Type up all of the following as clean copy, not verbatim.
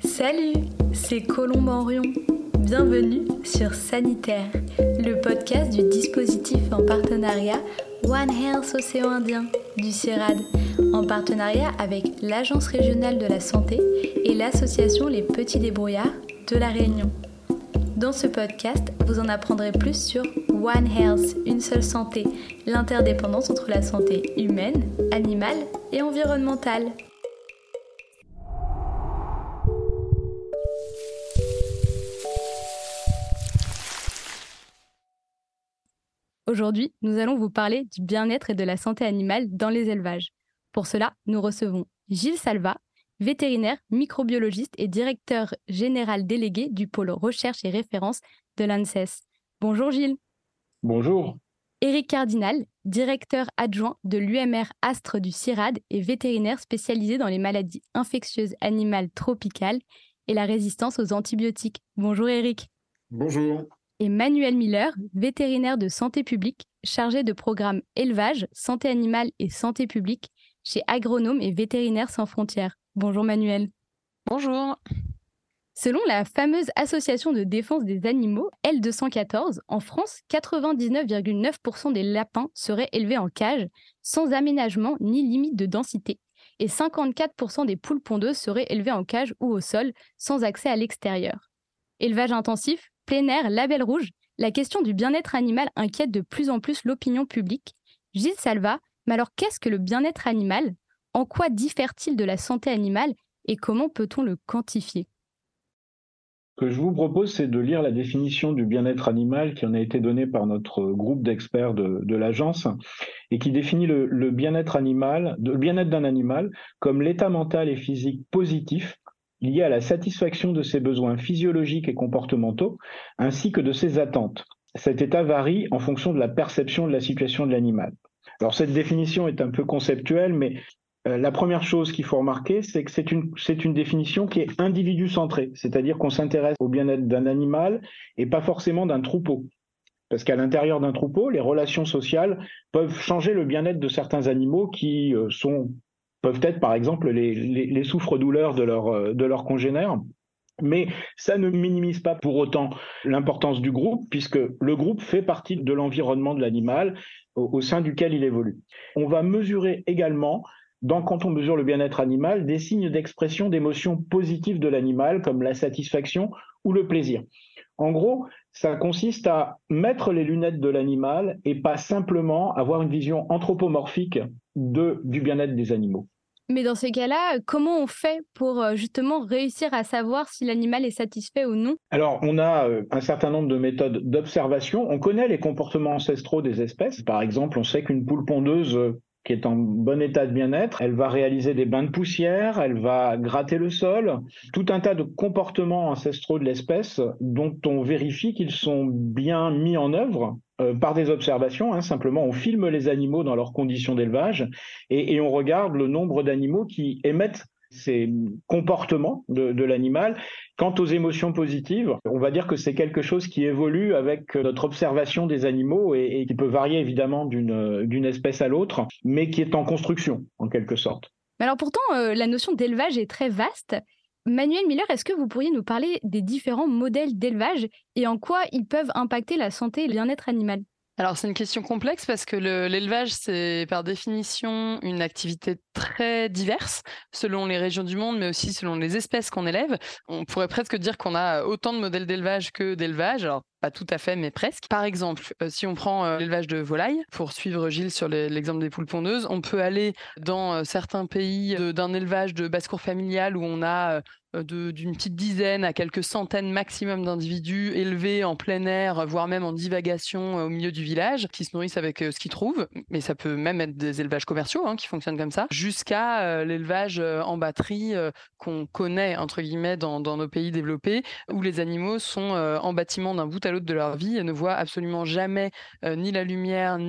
Salut, c'est Colombe Henrion. Bienvenue sur Sanitaire, le podcast du dispositif en partenariat One Health Océan Indien du CIRAD, en partenariat avec l'Agence régionale de la santé et l'association Les Petits Débrouillards de La Réunion. Dans ce podcast, vous en apprendrez plus sur One Health, une seule santé, l'interdépendance entre la santé humaine, animale et environnementale. Aujourd'hui, nous allons vous parler du bien-être et de la santé animale dans les élevages. Pour cela, nous recevons Gilles Salva, vétérinaire, microbiologiste et directeur général délégué du pôle recherche et référence de l'ANSES. Bonjour Gilles. Bonjour. Éric Cardinal, directeur adjoint de l'UMR Astre du CIRAD et vétérinaire spécialisé dans les maladies infectieuses animales tropicales et la résistance aux antibiotiques. Bonjour Éric. Bonjour. Et Manuel Miller, vétérinaire de santé publique, chargé de programme élevage, santé animale et santé publique chez Agronomes et Vétérinaires sans frontières. Bonjour Manuel. Bonjour. Selon la fameuse Association de défense des animaux, L214, en France, 99,9% des lapins seraient élevés en cage, sans aménagement ni limite de densité, et 54% des poules pondeuses seraient élevées en cage ou au sol, sans accès à l'extérieur. Élevage intensif, plein air, label rouge, la question du bien-être animal inquiète de plus en plus l'opinion publique. Gilles Salva, mais alors qu'est-ce que le bien-être animal ? En quoi diffère-t-il de la santé animale et comment peut-on le quantifier ? Ce que je vous propose, c'est de lire la définition du bien-être animal qui en a été donnée par notre groupe d'experts de l'agence et qui définit le bien-être animal, le bien-être d'un animal comme l'état mental et physique positif lié à la satisfaction de ses besoins physiologiques et comportementaux, ainsi que de ses attentes. Cet état varie en fonction de la perception de la situation de l'animal. Alors cette définition est un peu conceptuelle, mais la première chose qu'il faut remarquer, c'est que c'est une définition qui est individu-centrée, c'est-à-dire qu'on s'intéresse au bien-être d'un animal et pas forcément d'un troupeau. Parce qu'à l'intérieur d'un troupeau, les relations sociales peuvent changer le bien-être de certains animaux qui peuvent être par exemple les souffres-douleurs de leurs congénères. Mais ça ne minimise pas pour autant l'importance du groupe, puisque le groupe fait partie de l'environnement de l'animal au sein duquel il évolue. On va mesurer également, quand on mesure le bien-être animal, des signes d'expression d'émotions positives de l'animal, comme la satisfaction ou le plaisir. En gros, ça consiste à mettre les lunettes de l'animal et pas simplement avoir une vision anthropomorphique du bien-être des animaux. Mais dans ces cas-là, comment on fait pour justement réussir à savoir si l'animal est satisfait ou non ? Alors, on a un certain nombre de méthodes d'observation. On connaît les comportements ancestraux des espèces. Par exemple, on sait qu'une poule pondeuse qui est en bon état de bien-être, elle va réaliser des bains de poussière, elle va gratter le sol, tout un tas de comportements ancestraux de l'espèce dont on vérifie qu'ils sont bien mis en œuvre par des observations. Simplement, on filme les animaux dans leurs conditions d'élevage et on regarde le nombre d'animaux qui émettent ces comportements de l'animal. Quant aux émotions positives, on va dire que c'est quelque chose qui évolue avec notre observation des animaux et qui peut varier évidemment d'une espèce à l'autre, mais qui est en construction en quelque sorte. Mais alors pourtant, la notion d'élevage est très vaste. Manuel Miller, est-ce que vous pourriez nous parler des différents modèles d'élevage et en quoi ils peuvent impacter la santé et le bien-être animal ? Alors, c'est une question complexe parce que l'élevage, c'est par définition une activité très diverse selon les régions du monde, mais aussi selon les espèces qu'on élève. On pourrait presque dire qu'on a autant de modèles d'élevage que d'élevage. Alors, pas tout à fait, mais presque. Par exemple, si on prend l'élevage de volailles, pour suivre Gilles sur l'exemple des poules pondeuses, on peut aller dans certains pays d'un élevage de basse-cour familiale où on a d'une petite dizaine à quelques centaines maximum d'individus élevés en plein air, voire même en divagation au milieu du village, qui se nourrissent avec ce qu'ils trouvent. Mais ça peut même être des élevages commerciaux qui fonctionnent comme ça, jusqu'à l'élevage en batterie qu'on connaît, entre guillemets, dans nos pays développés, où les animaux sont en bâtiment d'un bout à l'autre de leur vie, ne voient absolument jamais ni la lumière,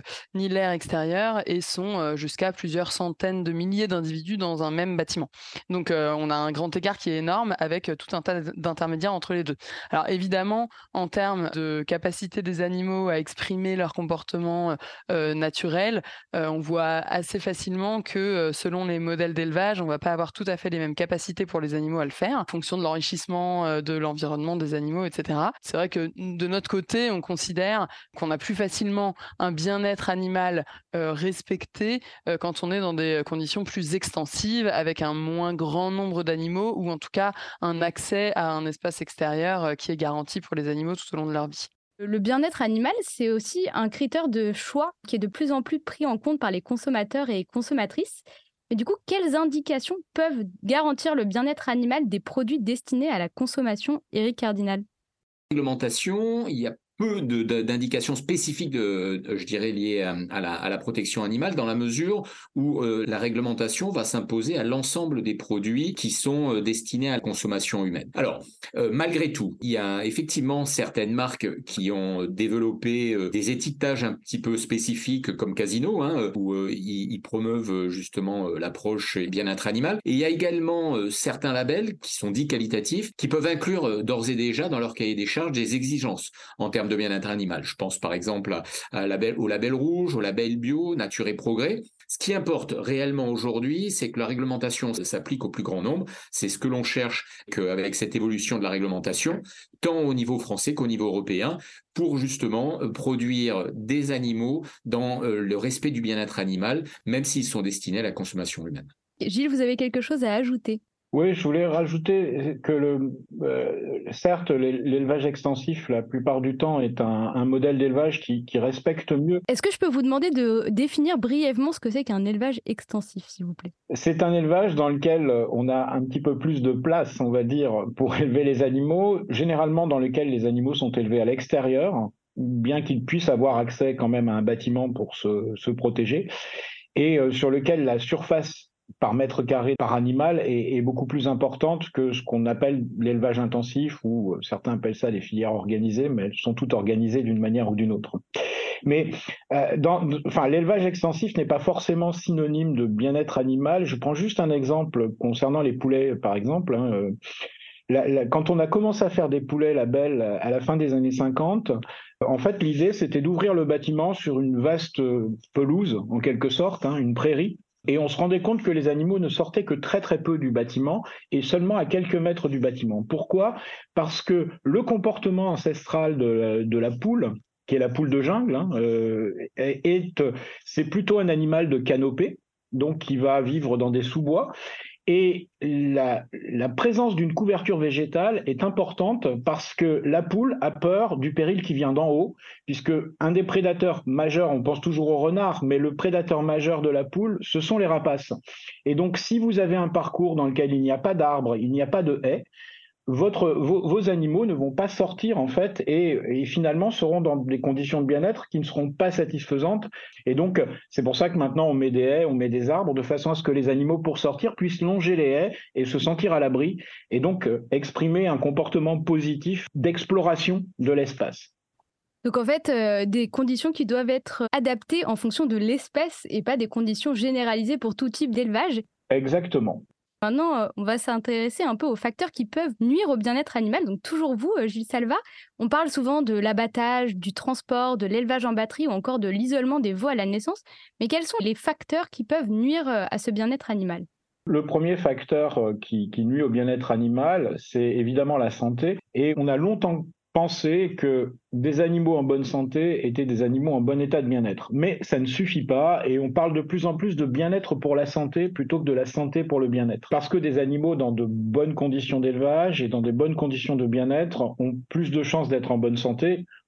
ni l'air extérieur et sont jusqu'à plusieurs centaines de milliers d'individus dans un même bâtiment. Donc on a un grand écart qui est énorme avec tout un tas d'intermédiaires entre les deux. Alors évidemment, en termes de capacité des animaux à exprimer leur comportement naturel, on voit assez facilement que selon les modèles d'élevage, on ne va pas avoir tout à fait les mêmes capacités pour les animaux à le faire, en fonction de l'enrichissement de l'environnement des animaux, etc. C'est vrai que de notre côté, on considère qu'on a plus facilement un bien-être animal respecté quand on est dans des conditions plus extensives, avec un moins grand nombre d'animaux, ou en tout cas un accès à un espace extérieur qui est garanti pour les animaux tout au long de leur vie. Le bien-être animal, c'est aussi un critère de choix qui est de plus en plus pris en compte par les consommateurs et consommatrices. Mais du coup, quelles indications peuvent garantir le bien-être animal des produits destinés à la consommation, Éric Cardinal? Réglementation, il y a peu d'indications spécifiques, je dirais, liées à la protection animale, dans la mesure où la réglementation va s'imposer à l'ensemble des produits qui sont destinés à la consommation humaine. Alors, malgré tout, il y a effectivement certaines marques qui ont développé des étiquetages un petit peu spécifiques, comme Casino, où ils promeuvent justement l'approche bien-être animal. Et il y a également certains labels qui sont dits qualitatifs, qui peuvent inclure d'ores et déjà dans leur cahier des charges des exigences en termes de bien-être animal. Je pense par exemple au label rouge, au label bio, nature et progrès. Ce qui importe réellement aujourd'hui, c'est que la réglementation s'applique au plus grand nombre. C'est ce que l'on cherche avec cette évolution de la réglementation, tant au niveau français qu'au niveau européen, pour justement produire des animaux dans le respect du bien-être animal, même s'ils sont destinés à la consommation humaine. Gilles, vous avez quelque chose à ajouter? Oui, je voulais rajouter que certes, l'élevage extensif, la plupart du temps, est un modèle d'élevage qui respecte mieux. Est-ce que je peux vous demander de définir brièvement ce que c'est qu'un élevage extensif, s'il vous plaît? C'est un élevage dans lequel on a un petit peu plus de place, on va dire, pour élever les animaux, généralement dans lequel les animaux sont élevés à l'extérieur, bien qu'ils puissent avoir accès quand même à un bâtiment pour se protéger, et sur lequel la surface par mètre carré par animal est beaucoup plus importante que ce qu'on appelle l'élevage intensif, ou certains appellent ça des filières organisées, mais elles sont toutes organisées d'une manière ou d'une autre. Mais l'élevage extensif n'est pas forcément synonyme de bien-être animal. Je prends juste un exemple concernant les poulets, par exemple. Quand on a commencé à faire des poulets labels à la fin des années 50, en fait, l'idée, c'était d'ouvrir le bâtiment sur une vaste pelouse, en quelque sorte, une prairie. Et on se rendait compte que les animaux ne sortaient que très très peu du bâtiment et seulement à quelques mètres du bâtiment. Pourquoi ? Parce que le comportement ancestral de la poule, qui est la poule de jungle, c'est plutôt un animal de canopée, donc qui va vivre dans des sous-bois. Et la présence d'une couverture végétale est importante parce que la poule a peur du péril qui vient d'en haut, puisque un des prédateurs majeurs, on pense toujours au renard, mais le prédateur majeur de la poule, ce sont les rapaces. Et donc, si vous avez un parcours dans lequel il n'y a pas d'arbres, il n'y a pas de haies, vos animaux ne vont pas sortir en fait et finalement seront dans des conditions de bien-être qui ne seront pas satisfaisantes. Et donc, c'est pour ça que maintenant on met des haies, on met des arbres de façon à ce que les animaux pour sortir puissent longer les haies et se sentir à l'abri et donc exprimer un comportement positif d'exploration de l'espace. Donc en fait, des conditions qui doivent être adaptées en fonction de l'espèce et pas des conditions généralisées pour tout type d'élevage. Exactement. Maintenant, on va s'intéresser un peu aux facteurs qui peuvent nuire au bien-être animal. Donc toujours vous, Gilles Salva, on parle souvent de l'abattage, du transport, de l'élevage en batterie ou encore de l'isolement des veaux à la naissance. Mais quels sont les facteurs qui peuvent nuire à ce bien-être animal ? Le premier facteur qui nuit au bien-être animal, c'est évidemment la santé. Et on a longtemps pensé que des animaux en bonne santé étaient des animaux en bon état de bien-être. Mais ça ne suffit pas et on parle de plus en plus de bien-être pour la santé plutôt que de la santé pour le bien-être. Parce que des animaux dans de bonnes conditions d'élevage et dans des bonnes conditions de bien-être ont plus de chances d'être en bonne santé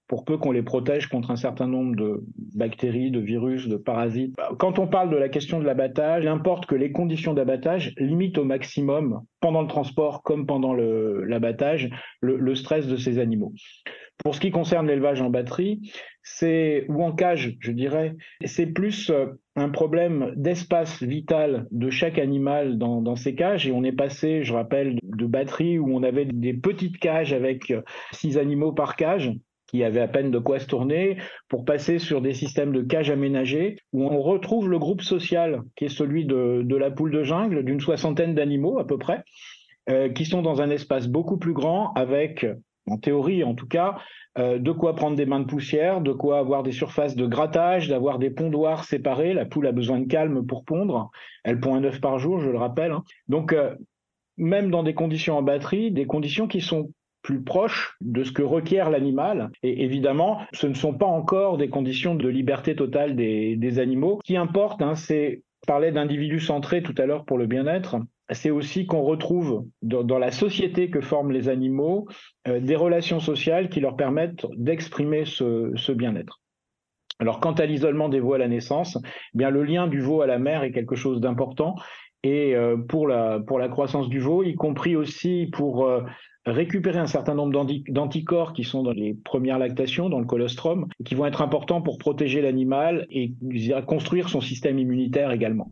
pour peu qu'on les protège contre un certain nombre de bactéries, de virus, de parasites. Quand on parle de la question de l'abattage, il importe que les conditions d'abattage limitent au maximum, pendant le transport comme pendant l'abattage, le stress de ces animaux. Pour ce qui concerne l'élevage en batterie, ou en cage, je dirais, c'est plus un problème d'espace vital de chaque animal dans ces cages. Et on est passé, je rappelle, de batterie où on avait des petites cages avec 6 animaux par cage, qui avaient à peine de quoi se tourner, pour passer sur des systèmes de cages aménagées, où on retrouve le groupe social, qui est celui de la poule de jungle, d'une 60aine d'animaux à peu près, qui sont dans un espace beaucoup plus grand, avec, en théorie en tout cas, de quoi prendre des bains de poussière, de quoi avoir des surfaces de grattage, d'avoir des pondoirs séparés. La poule a besoin de calme pour pondre. Elle pond un œuf par jour, je le rappelle. Donc, même dans des conditions en batterie, des conditions qui sont plus proches de ce que requiert l'animal. Et évidemment, ce ne sont pas encore des conditions de liberté totale des animaux. Ce qui importe, c'est, je parlais d'individus centrés tout à l'heure pour le bien-être, c'est aussi qu'on retrouve dans la société que forment les animaux des relations sociales qui leur permettent d'exprimer ce bien-être. Alors, quant à l'isolement des veaux à la naissance, eh bien, le lien du veau à la mère est quelque chose d'important. Et pour la croissance du veau, y compris aussi pour récupérer un certain nombre d'anticorps qui sont dans les premières lactations, dans le colostrum, et qui vont être importants pour protéger l'animal et construire son système immunitaire également.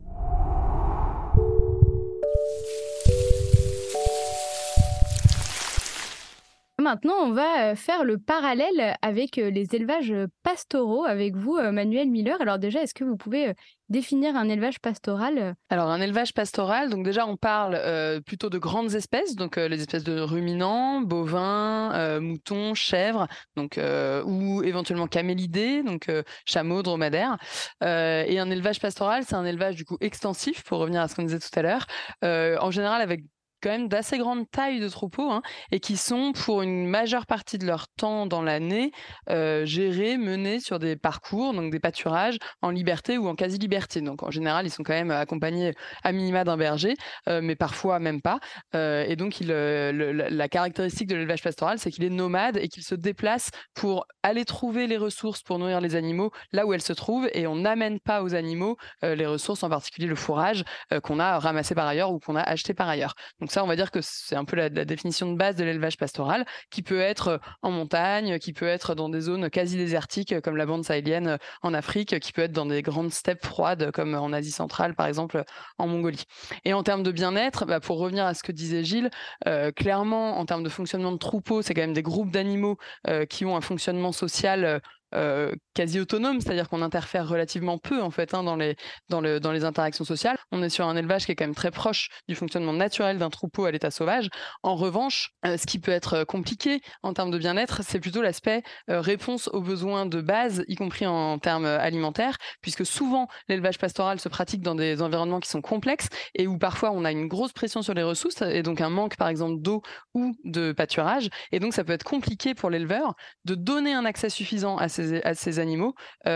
Maintenant, on va faire le parallèle avec les élevages pastoraux avec vous, Manuel Miller. Alors déjà, est-ce que vous pouvez définir un élevage pastoral? Alors, un élevage pastoral, donc déjà, on parle plutôt de grandes espèces, donc les espèces de ruminants, bovins, moutons, chèvres, donc, ou éventuellement camélidés, donc chameaux, dromadaires. Et un élevage pastoral, c'est un élevage du coup extensif, pour revenir à ce qu'on disait tout à l'heure, en général avec quand même d'assez grande taille de troupeaux, et qui sont pour une majeure partie de leur temps dans l'année gérés, menés sur des parcours, donc des pâturages en liberté ou en quasi-liberté. Donc en général, ils sont quand même accompagnés à minima d'un berger, mais parfois même pas. Et donc la caractéristique de l'élevage pastoral, c'est qu'il est nomade et qu'il se déplace pour aller trouver les ressources pour nourrir les animaux là où elles se trouvent, et on n'amène pas aux animaux les ressources, en particulier le fourrage qu'on a ramassé par ailleurs ou qu'on a acheté par ailleurs. Donc ça, on va dire que c'est un peu la définition de base de l'élevage pastoral, qui peut être en montagne, qui peut être dans des zones quasi désertiques comme la bande sahélienne en Afrique, qui peut être dans des grandes steppes froides comme en Asie centrale, par exemple en Mongolie. Et en termes de bien-être, pour revenir à ce que disait Gilles, clairement, en termes de fonctionnement de troupeau, c'est quand même des groupes d'animaux qui ont un fonctionnement social quasi autonome, c'est-à-dire qu'on interfère relativement peu en fait dans les interactions sociales. On est sur un élevage qui est quand même très proche du fonctionnement naturel d'un troupeau à l'état sauvage. En revanche, ce qui peut être compliqué en termes de bien-être, c'est plutôt l'aspect réponse aux besoins de base, y compris en termes alimentaires, puisque souvent l'élevage pastoral se pratique dans des environnements qui sont complexes et où parfois on a une grosse pression sur les ressources et donc un manque par exemple d'eau ou de pâturage, et donc ça peut être compliqué pour l'éleveur de donner un accès suffisant à ces animaux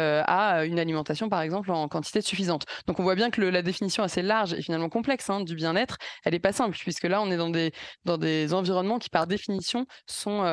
à une alimentation par exemple en quantité suffisante. Donc on voit bien que la définition assez large et finalement complexe du bien-être, elle n'est pas simple, puisque là on est dans des environnements qui par définition sont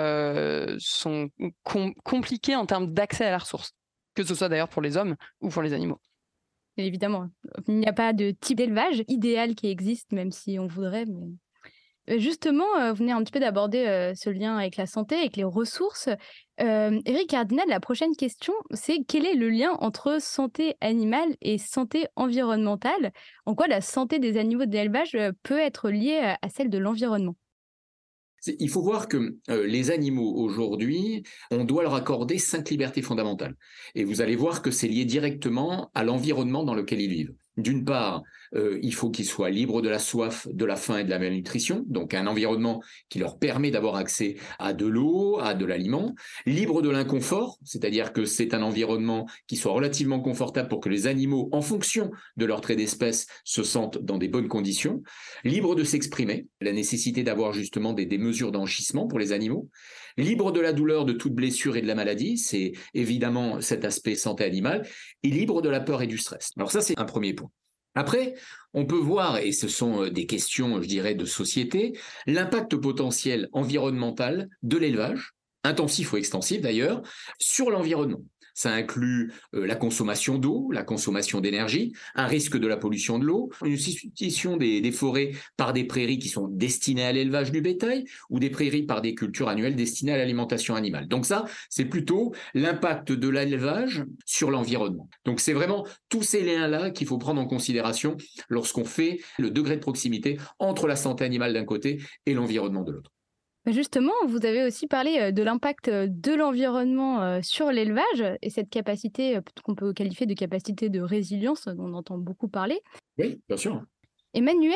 compliqués en termes d'accès à la ressource, que ce soit d'ailleurs pour les hommes ou pour les animaux. Évidemment, il n'y a pas de type d'élevage idéal qui existe, même si on voudrait. Mais... Justement, vous venez un petit peu d'aborder ce lien avec la santé, avec les ressources. Éric Cardinal, la prochaine question, c'est quel est le lien entre santé animale et santé environnementale? En quoi la santé des animaux de l'élevage peut être liée à celle de l'environnement? Il faut voir que les animaux aujourd'hui, on doit leur accorder 5 libertés fondamentales. Et vous allez voir que c'est lié directement à l'environnement dans lequel ils vivent. D'une part, il faut qu'ils soient libres de la soif, de la faim et de la malnutrition, donc un environnement qui leur permet d'avoir accès à de l'eau, à de l'aliment, libre de l'inconfort, c'est-à-dire que c'est un environnement qui soit relativement confortable pour que les animaux, en fonction de leur trait d'espèce, se sentent dans des bonnes conditions, libre de s'exprimer, la nécessité d'avoir justement des mesures d'enrichissement pour les animaux, libre de la douleur, de toute blessure et de la maladie, c'est évidemment cet aspect santé animale, et libre de la peur et du stress. Alors ça, c'est un premier point. Après, on peut voir, et ce sont des questions, je dirais, de société, l'impact potentiel environnemental de l'élevage intensif ou extensif d'ailleurs, sur l'environnement. Ça inclut la consommation d'eau, la consommation d'énergie, un risque de la pollution de l'eau, une substitution des forêts par des prairies qui sont destinées à l'élevage du bétail ou des prairies par des cultures annuelles destinées à l'alimentation animale. Donc ça, c'est plutôt l'impact de l'élevage sur l'environnement. Donc c'est vraiment tous ces liens-là qu'il faut prendre en considération lorsqu'on fait le degré de proximité entre la santé animale d'un côté et l'environnement de l'autre. Justement, vous avez aussi parlé de l'impact de l'environnement sur l'élevage et cette capacité qu'on peut qualifier de capacité de résilience dont on entend beaucoup parler. Oui, bien sûr. Emmanuel,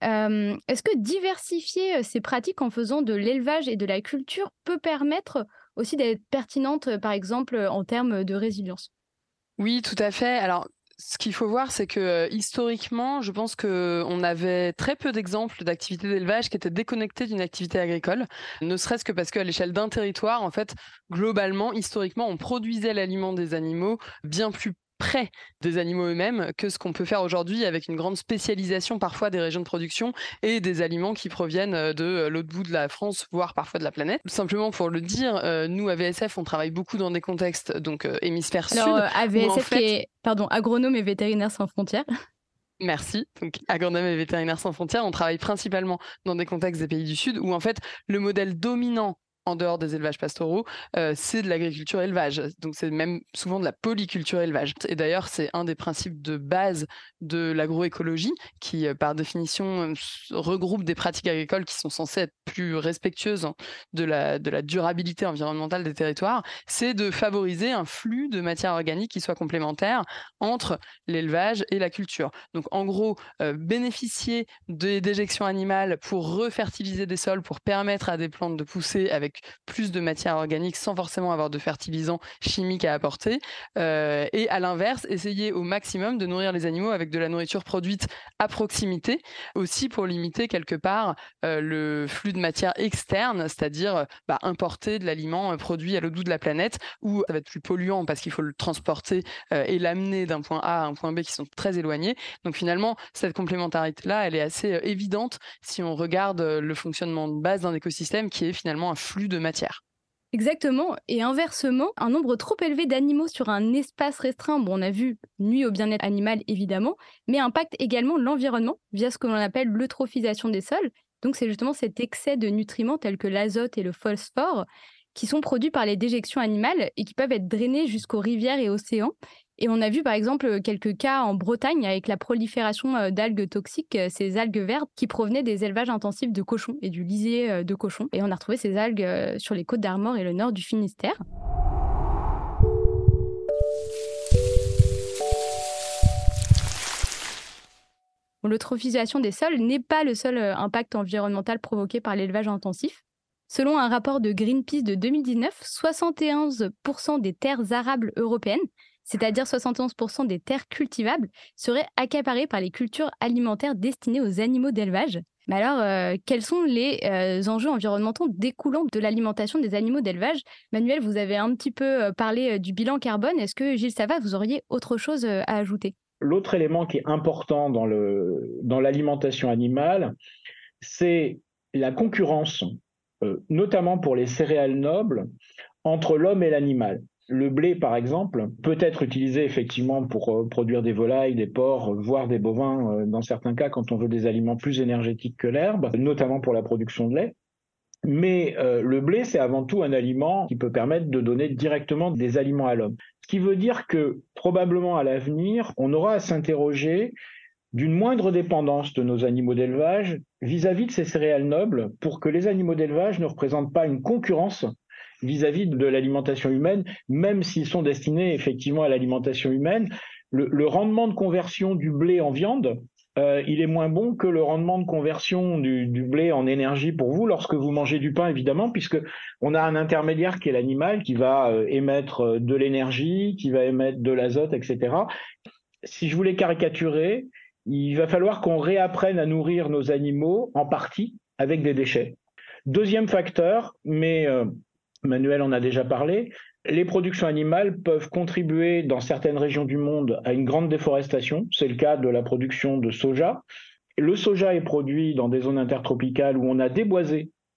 est-ce que diversifier ces pratiques en faisant de l'élevage et de la culture peut permettre aussi d'être pertinente, par exemple, en termes de résilience? Oui, tout à fait. Alors, ce qu'il faut voir, c'est que historiquement, je pense qu'on avait très peu d'exemples d'activités d'élevage qui étaient déconnectées d'une activité agricole, ne serait-ce que parce qu'à l'échelle d'un territoire, en fait, globalement, historiquement, on produisait l'aliment des animaux bien plus près des animaux eux-mêmes que ce qu'on peut faire aujourd'hui avec une grande spécialisation parfois des régions de production et des aliments qui proviennent de l'autre bout de la France, voire parfois de la planète. Simplement pour le dire, nous à VSF, on travaille beaucoup dans des contextes donc hémisphère sud. Alors, AVSF qui est, Agronome et Vétérinaires sans frontières. Merci. Donc, Agronome et Vétérinaires sans frontières, on travaille principalement dans des contextes des pays du Sud où en fait le modèle dominant en dehors des élevages pastoraux, c'est de l'agriculture élevage. Donc c'est même souvent de la polyculture élevage. Et d'ailleurs, c'est un des principes de base de l'agroécologie qui, par définition, regroupe des pratiques agricoles qui sont censées être plus respectueuses de la durabilité environnementale des territoires. C'est de favoriser un flux de matières organiques qui soit complémentaire entre l'élevage et la culture. Donc en gros, bénéficier des déjections animales pour refertiliser des sols, pour permettre à des plantes de pousser avec plus de matière organique sans forcément avoir de fertilisants chimiques à apporter. Et à l'inverse, essayer au maximum de nourrir les animaux avec de la nourriture produite à proximité, aussi pour limiter quelque part le flux de matière externe, c'est-à-dire importer de l'aliment produit à l'autre bout de la planète, où ça va être plus polluant parce qu'il faut le transporter et l'amener d'un point A à un point B qui sont très éloignés. Donc finalement, cette complémentarité-là, elle est assez évidente si on regarde le fonctionnement de base d'un écosystème qui est finalement un flux de matière. Exactement. Et inversement, un nombre trop élevé d'animaux sur un espace restreint, on a vu, nuit au bien-être animal évidemment, mais impacte également l'environnement via ce que l'on appelle l'eutrophisation des sols. Donc c'est justement cet excès de nutriments tels que l'azote et le phosphore qui sont produits par les déjections animales et qui peuvent être drainés jusqu'aux rivières et océans. Et on a vu par exemple quelques cas en Bretagne avec la prolifération d'algues toxiques, ces algues vertes qui provenaient des élevages intensifs de cochons et du lisier de cochons. Et on a retrouvé ces algues sur les côtes d'Armor et le nord du Finistère. L'eutrophisation des sols n'est pas le seul impact environnemental provoqué par l'élevage intensif. Selon un rapport de Greenpeace de 2019, 71% des terres arables européennes, c'est-à-dire 71% des terres cultivables, seraient accaparées par les cultures alimentaires destinées aux animaux d'élevage. Mais alors, quels sont les enjeux environnementaux découlant de l'alimentation des animaux d'élevage? Manuel, vous avez un petit peu parlé du bilan carbone. Est-ce que, Gilles Savas, vous auriez autre chose à ajouter? L'autre élément qui est important dans l'alimentation animale, c'est la concurrence, notamment pour les céréales nobles, entre l'homme et l'animal. Le blé, par exemple, peut être utilisé effectivement pour produire des volailles, des porcs, voire des bovins, dans certains cas, quand on veut des aliments plus énergétiques que l'herbe, notamment pour la production de lait. Mais le blé, c'est avant tout un aliment qui peut permettre de donner directement des aliments à l'homme. Ce qui veut dire que probablement à l'avenir, on aura à s'interroger d'une moindre dépendance de nos animaux d'élevage vis-à-vis de ces céréales nobles pour que les animaux d'élevage ne représentent pas une concurrence vis-à-vis de l'alimentation humaine, même s'ils sont destinés effectivement à l'alimentation humaine. Le rendement de conversion du blé en viande, il est moins bon que le rendement de conversion du blé en énergie pour vous lorsque vous mangez du pain, évidemment, puisque on a un intermédiaire qui est l'animal qui va émettre de l'énergie, qui va émettre de l'azote, etc. Si je voulais caricaturer, il va falloir qu'on réapprenne à nourrir nos animaux en partie avec des déchets. Deuxième facteur, mais Manuel en a déjà parlé, les productions animales peuvent contribuer dans certaines régions du monde à une grande déforestation. C'est le cas de la production de soja. Le soja est produit dans des zones intertropicales où on a déboisé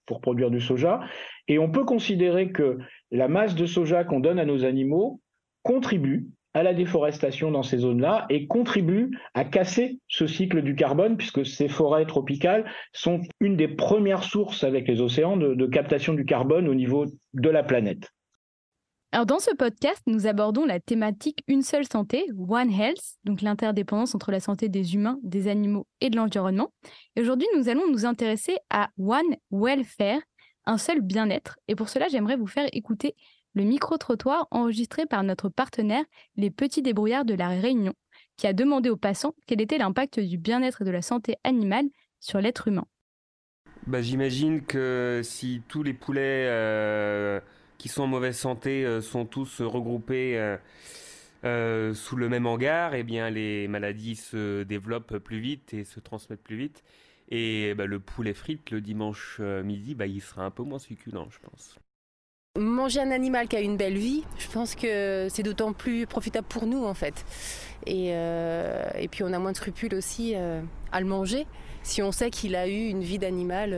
pour produire du soja. Et on peut considérer que la masse de soja qu'on donne à nos animaux contribue à la déforestation dans ces zones-là et contribue à casser ce cycle du carbone, puisque ces forêts tropicales sont une des premières sources avec les océans de captation du carbone au niveau de la planète. Alors dans ce podcast, nous abordons la thématique Une seule santé, One Health, donc l'interdépendance entre la santé des humains, des animaux et de l'environnement. Et aujourd'hui, nous allons nous intéresser à One Welfare, un seul bien-être. Et pour cela, j'aimerais vous faire écouter le micro-trottoir enregistré par notre partenaire, les Petits Débrouillards de La Réunion, qui a demandé aux passants quel était l'impact du bien-être et de la santé animale sur l'être humain. J'imagine que si tous les poulets qui sont en mauvaise santé sont tous regroupés sous le même hangar, eh bien les maladies se développent plus vite et se transmettent plus vite. Et le poulet frite le dimanche midi, il sera un peu moins succulent, je pense. Manger un animal qui a une belle vie, je pense que c'est d'autant plus profitable pour nous en fait. Et puis on a moins de scrupules aussi à le manger si on sait qu'il a eu une vie d'animal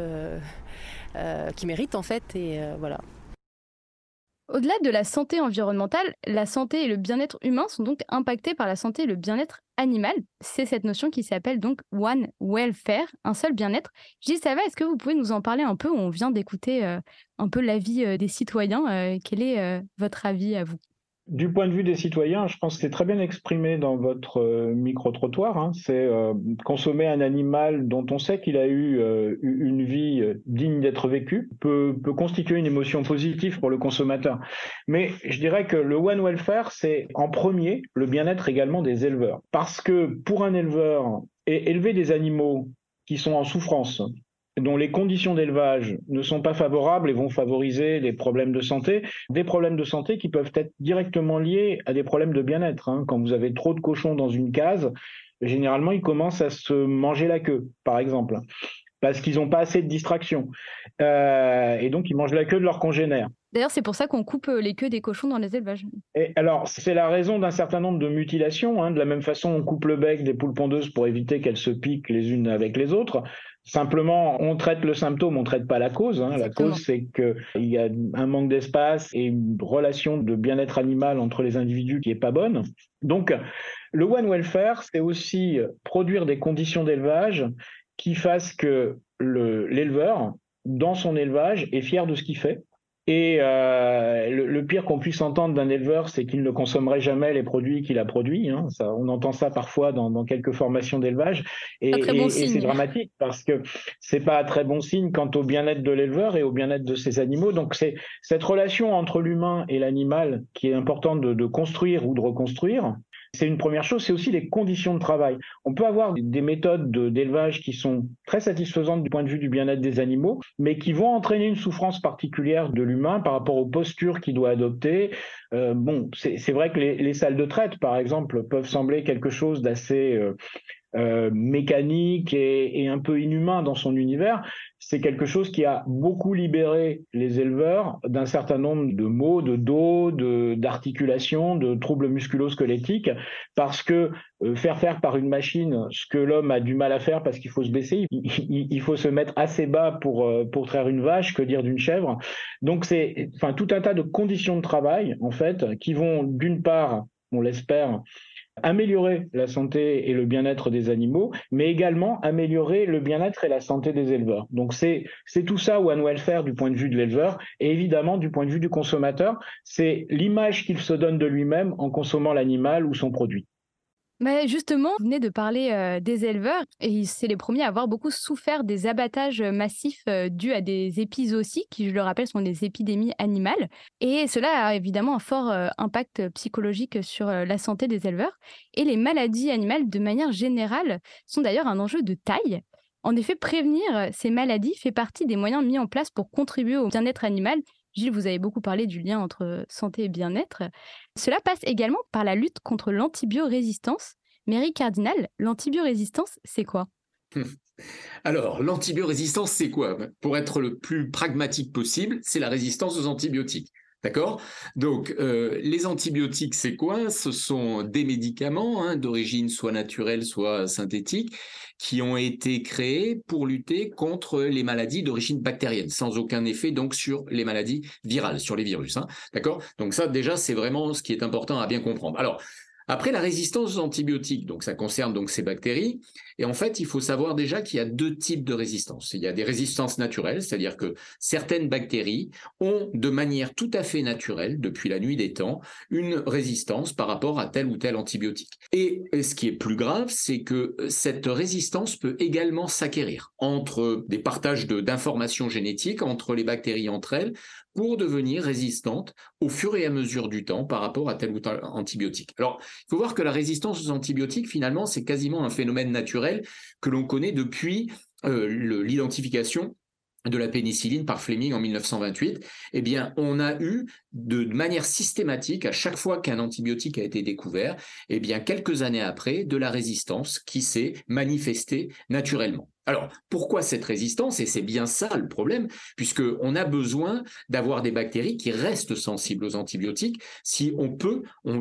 qui mérite en fait. Et voilà. Au-delà de la santé environnementale, la santé et le bien-être humain sont donc impactés par la santé et le bien-être animal. C'est cette notion qui s'appelle donc One Welfare, un seul bien-être. Gilles Salvat, est-ce que vous pouvez nous en parler un peu? On vient d'écouter un peu l'avis des citoyens. Quel est votre avis à vous? Du point de vue des citoyens, je pense que c'est très bien exprimé dans votre micro-trottoir. C'est consommer un animal dont on sait qu'il a eu une vie digne d'être vécue peut constituer une émotion positive pour le consommateur. Mais je dirais que le One Welfare, c'est en premier le bien-être également des éleveurs. Parce que pour un éleveur, élever des animaux qui sont en souffrance, dont les conditions d'élevage ne sont pas favorables et vont favoriser des problèmes de santé qui peuvent être directement liés à des problèmes de bien-être. Quand vous avez trop de cochons dans une case, généralement, ils commencent à se manger la queue, par exemple, parce qu'ils n'ont pas assez de distraction. Et donc, ils mangent la queue de leurs congénères. D'ailleurs, c'est pour ça qu'on coupe les queues des cochons dans les élevages. Et alors, c'est la raison d'un certain nombre de mutilations. De la même façon, on coupe le bec des poules pondeuses pour éviter qu'elles se piquent les unes avec les autres. Simplement, on traite le symptôme, on ne traite pas la cause. La cause, c'est qu'il y a un manque d'espace et une relation de bien-être animal entre les individus qui n'est pas bonne. Donc, le One Welfare, c'est aussi produire des conditions d'élevage qui fassent que l'éleveur, dans son élevage, est fier de ce qu'il fait. Et le pire qu'on puisse entendre d'un éleveur, c'est qu'il ne consommerait jamais les produits qu'il a produits. On entend ça parfois dans quelques formations d'élevage. Et c'est dramatique parce que c'est pas un très bon signe quant au bien-être de l'éleveur et au bien-être de ses animaux. Donc c'est cette relation entre l'humain et l'animal qui est importante de construire ou de reconstruire. C'est une première chose, c'est aussi les conditions de travail. On peut avoir des méthodes d'élevage qui sont très satisfaisantes du point de vue du bien-être des animaux, mais qui vont entraîner une souffrance particulière de l'humain par rapport aux postures qu'il doit adopter. C'est vrai que les salles de traite, par exemple, peuvent sembler quelque chose d'assez mécanique et un peu inhumain dans son univers. C'est quelque chose qui a beaucoup libéré les éleveurs d'un certain nombre de maux, de dos, d'articulations, de troubles musculo-squelettiques, parce que faire par une machine ce que l'homme a du mal à faire parce qu'il faut se baisser, il faut se mettre assez bas pour traire une vache, que dire d'une chèvre. Donc c'est tout un tas de conditions de travail, en fait, qui vont d'une part, on l'espère, améliorer la santé et le bien-être des animaux, mais également améliorer le bien-être et la santé des éleveurs. Donc c'est tout ça One Welfare du point de vue de l'éleveur, et évidemment du point de vue du consommateur, c'est l'image qu'il se donne de lui-même en consommant l'animal ou son produit. Mais justement, vous venez de parler des éleveurs, et c'est les premiers à avoir beaucoup souffert des abattages massifs dus à des épizooties, qui, je le rappelle, sont des épidémies animales. Et cela a évidemment un fort impact psychologique sur la santé des éleveurs. Et les maladies animales, de manière générale, sont d'ailleurs un enjeu de taille. En effet, prévenir ces maladies fait partie des moyens mis en place pour contribuer au bien-être animal. Gilles, vous avez beaucoup parlé du lien entre santé et bien-être. Cela passe également par la lutte contre l'antibiorésistance. Mairie Cardinal, l'antibiorésistance, c'est quoi ? Alors, l'antibiorésistance, c'est quoi ? Pour être le plus pragmatique possible, c'est la résistance aux antibiotiques. D'accord? Donc, les antibiotiques, c'est quoi? Ce sont des médicaments d'origine soit naturelle, soit synthétique, qui ont été créés pour lutter contre les maladies d'origine bactérienne, sans aucun effet donc sur les maladies virales, sur les virus. D'accord? Donc ça, déjà, c'est vraiment ce qui est important à bien comprendre. Alors, après la résistance aux antibiotiques, donc ça concerne donc ces bactéries, et en fait, il faut savoir déjà qu'il y a deux types de résistance. Il y a des résistances naturelles, c'est-à-dire que certaines bactéries ont de manière tout à fait naturelle, depuis la nuit des temps, une résistance par rapport à tel ou tel antibiotique. Et ce qui est plus grave, c'est que cette résistance peut également s'acquérir entre des partages d'informations génétiques entre les bactéries entre elles, pour devenir résistantes au fur et à mesure du temps par rapport à tel ou tel antibiotique. Alors, il faut voir que la résistance aux antibiotiques, finalement, c'est quasiment un phénomène naturel que l'on connaît depuis l'identification de la pénicilline par Fleming en 1928, eh bien, on a eu de manière systématique, à chaque fois qu'un antibiotique a été découvert, eh bien, quelques années après, de la résistance qui s'est manifestée naturellement. Alors, pourquoi cette résistance? Et c'est bien ça le problème, puisqu'on a besoin d'avoir des bactéries qui restent sensibles aux antibiotiques si on peut,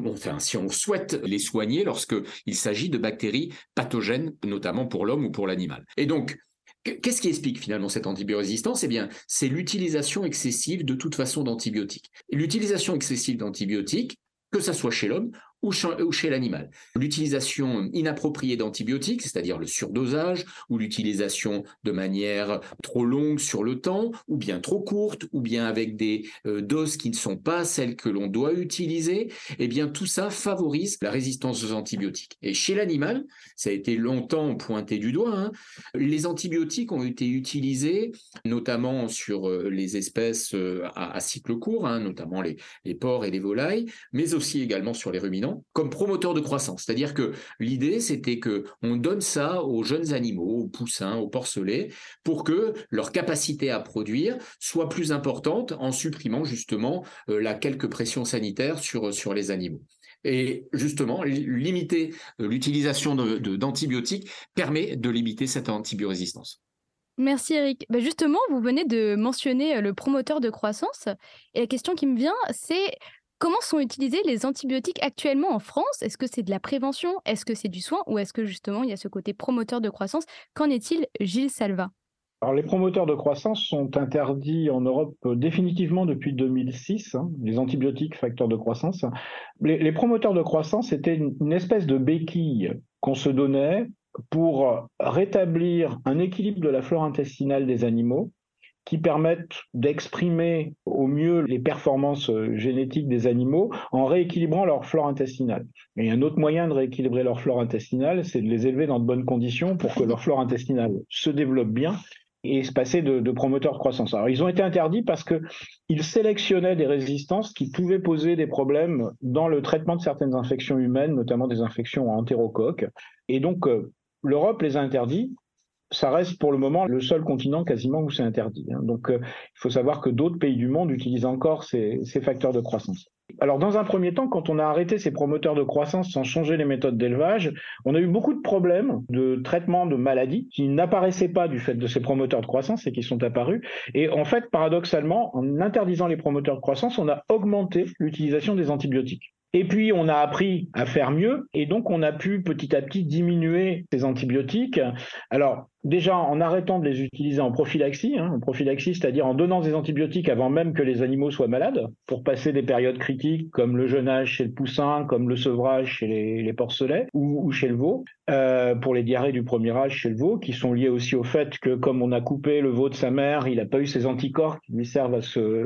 si on souhaite les soigner lorsqu'il s'agit de bactéries pathogènes, notamment pour l'homme ou pour l'animal. Et donc, qu'est-ce qui explique finalement cette antibiorésistance? Eh bien, c'est l'utilisation excessive de toute façon d'antibiotiques. L'utilisation excessive d'antibiotiques, que ça soit chez l'homme ou chez l'animal. L'utilisation inappropriée d'antibiotiques, c'est-à-dire le surdosage, ou l'utilisation de manière trop longue sur le temps, ou bien trop courte, ou bien avec des doses qui ne sont pas celles que l'on doit utiliser, eh bien tout ça favorise la résistance aux antibiotiques. Et chez l'animal, ça a été longtemps pointé du doigt, les antibiotiques ont été utilisés notamment sur les espèces à cycle court, notamment les porcs et les volailles, mais aussi également sur les ruminants, comme promoteur de croissance. C'est-à-dire que l'idée, c'était qu'on donne ça aux jeunes animaux, aux poussins, aux porcelets, pour que leur capacité à produire soit plus importante en supprimant justement la quelque pression sanitaire sur les animaux. Et justement, limiter l'utilisation d'antibiotiques permet de limiter cette antibiorésistance. Merci Eric. Justement, vous venez de mentionner le promoteur de croissance. Et la question qui me vient, c'est comment sont utilisés les antibiotiques actuellement en France? Est-ce que c'est de la prévention? Est-ce que c'est du soin? Ou est-ce que justement il y a ce côté promoteur de croissance? Qu'en est-il, Gilles Salva? Alors, les promoteurs de croissance sont interdits en Europe définitivement depuis 2006, les antibiotiques facteurs de croissance. Les promoteurs de croissance étaient une espèce de béquille qu'on se donnait pour rétablir un équilibre de la flore intestinale des animaux qui permettent d'exprimer au mieux les performances génétiques des animaux en rééquilibrant leur flore intestinale. Et un autre moyen de rééquilibrer leur flore intestinale, c'est de les élever dans de bonnes conditions pour que leur flore intestinale se développe bien et se passer de promoteurs de croissance. Alors, ils ont été interdits parce qu'ils sélectionnaient des résistances qui pouvaient poser des problèmes dans le traitement de certaines infections humaines, notamment des infections à entérocoques. Et donc, l'Europe les a interdits. Ça reste pour le moment le seul continent quasiment où c'est interdit. Donc, il faut savoir que d'autres pays du monde utilisent encore ces facteurs de croissance. Alors, dans un premier temps, quand on a arrêté ces promoteurs de croissance sans changer les méthodes d'élevage, on a eu beaucoup de problèmes de traitement de maladies qui n'apparaissaient pas du fait de ces promoteurs de croissance et qui sont apparus. Et en fait, paradoxalement, en interdisant les promoteurs de croissance, on a augmenté l'utilisation des antibiotiques. Et puis, on a appris à faire mieux, et donc on a pu petit à petit diminuer ces antibiotiques. Alors, déjà, en arrêtant de les utiliser en prophylaxie, c'est-à-dire en donnant des antibiotiques avant même que les animaux soient malades, pour passer des périodes critiques comme le jeûnage chez le poussin, comme le sevrage chez les porcelets ou chez le veau, pour les diarrhées du premier âge chez le veau, qui sont liées aussi au fait que comme on a coupé le veau de sa mère, il n'a pas eu ses anticorps qui lui servent à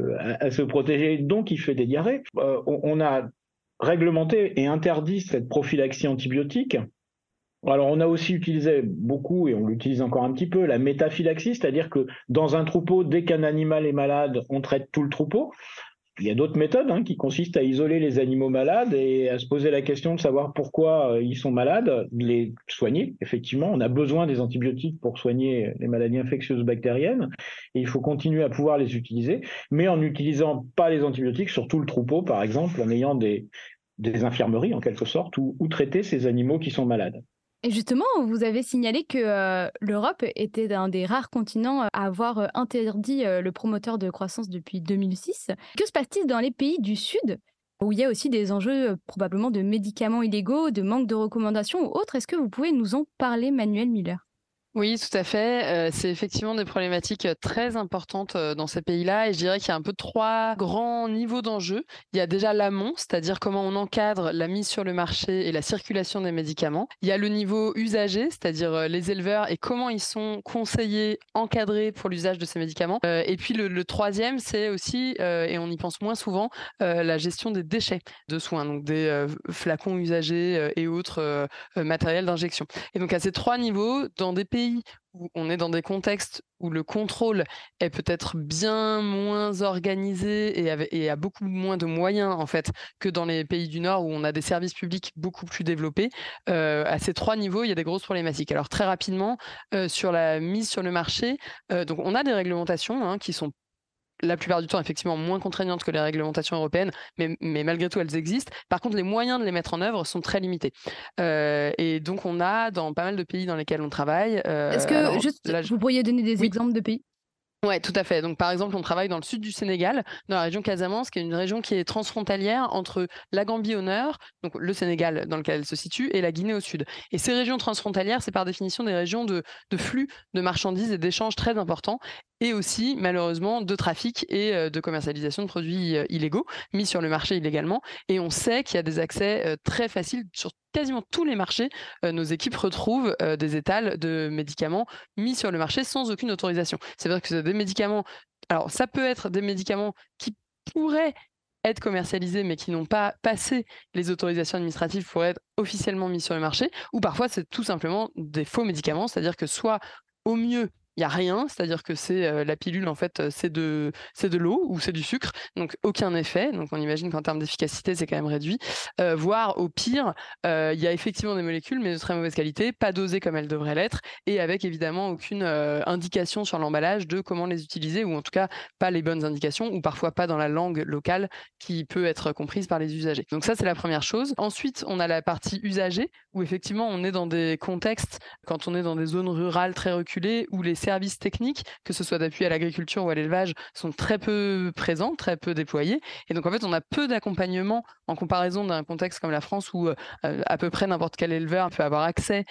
se protéger, donc il fait des diarrhées. On a réglementé et interdit cette prophylaxie antibiotique. Alors, on a aussi utilisé beaucoup, et on l'utilise encore un petit peu, la métaphylaxie, c'est-à-dire que dans un troupeau, dès qu'un animal est malade, on traite tout le troupeau. Il y a d'autres méthodes qui consistent à isoler les animaux malades et à se poser la question de savoir pourquoi ils sont malades, de les soigner. Effectivement, on a besoin des antibiotiques pour soigner les maladies infectieuses bactériennes et il faut continuer à pouvoir les utiliser, mais en n'utilisant pas les antibiotiques sur tout le troupeau, par exemple, en ayant des infirmeries en quelque sorte où traiter ces animaux qui sont malades. Et justement, vous avez signalé que l'Europe était un des rares continents à avoir interdit le promoteur de croissance depuis 2006. Que se passe-t-il dans les pays du Sud, où il y a aussi des enjeux probablement de médicaments illégaux, de manque de recommandations ou autres? Est-ce que vous pouvez nous en parler, Manuel Müller? Oui, tout à fait. C'est effectivement des problématiques très importantes dans ces pays-là. Et je dirais qu'il y a un peu 3 grands niveaux d'enjeux. Il y a déjà l'amont, c'est-à-dire comment on encadre la mise sur le marché et la circulation des médicaments. Il y a le niveau usager, c'est-à-dire les éleveurs et comment ils sont conseillés, encadrés pour l'usage de ces médicaments. Et puis le troisième, c'est aussi, et on y pense moins souvent, la gestion des déchets de soins, donc des flacons usagés et autres matériels d'injection. Et donc à ces 3 niveaux, dans des pays où on est dans des contextes où le contrôle est peut-être bien moins organisé et a beaucoup moins de moyens en fait que dans les pays du Nord où on a des services publics beaucoup plus développés, à ces 3 niveaux, il y a des grosses problématiques. Alors très rapidement, sur la mise sur le marché, donc on a des réglementations qui sont la plupart du temps, effectivement, moins contraignantes que les réglementations européennes, mais malgré tout, elles existent. Par contre, les moyens de les mettre en œuvre sont très limités. Et donc, on a, dans pas mal de pays dans lesquels on travaille... Est-ce que, juste, vous pourriez donner des Oui. exemples de pays? Ouais, tout à fait. Donc, par exemple, on travaille dans le sud du Sénégal, dans la région Casamance, qui est une région qui est transfrontalière entre la Gambie au nord, donc le Sénégal dans lequel elle se situe, et la Guinée au sud. Et ces régions transfrontalières, c'est par définition des régions de flux de marchandises et d'échanges très importants, et aussi, malheureusement, de trafic et de commercialisation de produits illégaux, mis sur le marché illégalement. Et on sait qu'il y a des accès très faciles sur quasiment tous les marchés. Nos équipes retrouvent des étals de médicaments mis sur le marché sans aucune autorisation. C'est-à-dire que c'est des médicaments... Alors, ça peut être des médicaments qui pourraient être commercialisés mais qui n'ont pas passé les autorisations administratives pour être officiellement mis sur le marché, ou parfois c'est tout simplement des faux médicaments, c'est-à-dire que soit au mieux il n'y a rien, c'est-à-dire que c'est la pilule, en fait, c'est de l'eau ou c'est du sucre, donc aucun effet. Donc on imagine qu'en termes d'efficacité, c'est quand même réduit. Voire au pire, il y a effectivement des molécules, mais de très mauvaise qualité, pas dosées comme elles devraient l'être, et avec évidemment aucune indication sur l'emballage de comment les utiliser, ou en tout cas pas les bonnes indications, ou parfois pas dans la langue locale qui peut être comprise par les usagers. Donc ça, c'est la première chose. Ensuite, on a la partie usagée, où effectivement on est dans des contextes, quand on est dans des zones rurales très reculées, où les services techniques, que ce soit d'appui à l'agriculture ou à l'élevage, sont très peu présents, très peu déployés. Et donc, en fait, on a peu d'accompagnement en comparaison d'un contexte comme la France où à peu près n'importe quel éleveur peut avoir accès